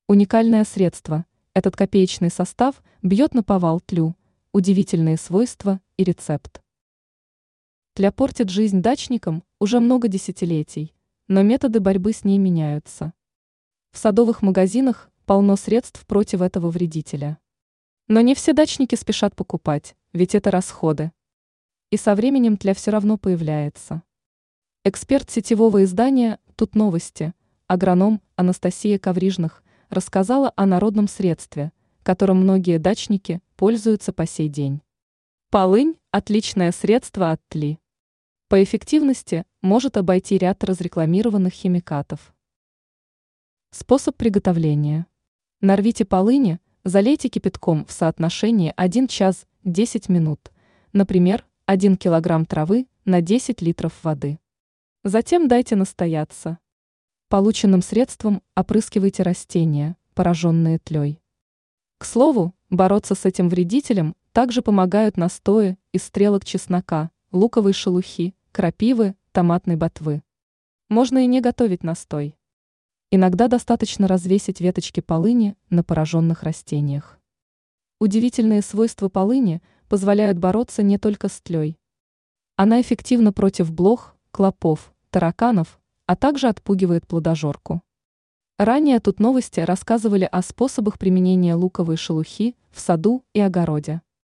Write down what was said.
Уникальное средство. Этот копеечный состав бьет наповал тлю. Удивительные свойства и рецепт. Тля портит жизнь дачникам уже много десятилетий, но методы борьбы с ней меняются. В садовых магазинах полно средств против этого вредителя. Но не все дачники спешат покупать, ведь это расходы. И со временем тля все равно появляется. Эксперт сетевого издания «Тут новости», агроном Анастасия Коврижных, рассказала о народном средстве, которым многие дачники пользуются по сей день. Полынь – отличное средство от тли. По эффективности может обойти ряд разрекламированных химикатов. Способ приготовления. Нарвите полыни, залейте кипятком в соотношении 1 час 10 минут, например, 1 килограмм травы на 10 литров воды. Затем дайте настояться. Полученным средством опрыскивайте растения, пораженные тлей. К слову, бороться с этим вредителем также помогают настои из стрелок чеснока, луковой шелухи, крапивы, томатной ботвы. Можно и не готовить настой. Иногда достаточно развесить веточки полыни на пораженных растениях. Удивительные свойства полыни позволяют бороться не только с тлей. Она эффективна против блох, клопов, тараканов, а также отпугивает плодожорку. Ранее тут новости рассказывали о способах применения луковой шелухи в саду и огороде.